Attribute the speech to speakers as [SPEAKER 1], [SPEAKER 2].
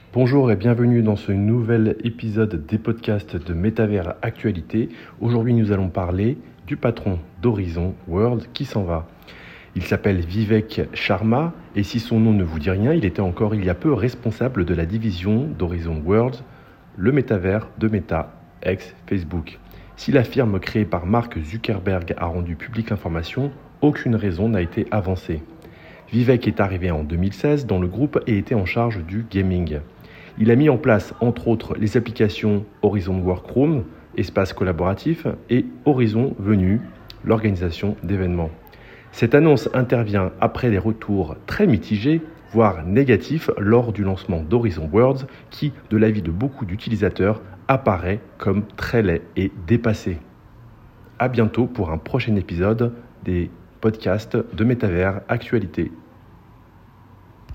[SPEAKER 1] Bonjour et bienvenue dans ce nouvel épisode des podcasts de Métavers Actualité. Aujourd'hui, nous allons parler du patron d'Horizon World qui s'en va. Il s'appelle Vivek Sharma et si son nom ne vous dit rien, il était encore il y a peu responsable de la division d'Horizon World, le métavers de Meta, ex-Facebook. Si la firme créée par Mark Zuckerberg a rendu publique l'information, aucune raison n'a été avancée. Vivek est arrivé en 2016 dans le groupe et était en charge du gaming. Il a mis en place, entre autres, les applications Horizon Workroom, espace collaboratif, et Horizon Venue, l'organisation d'événements. Cette annonce intervient après des retours très mitigés, voire négatifs, lors du lancement d'Horizon Worlds, qui, de l'avis de beaucoup d'utilisateurs, apparaît comme très laid et dépassé. À bientôt pour un prochain épisode des podcasts de Métavers Actualité.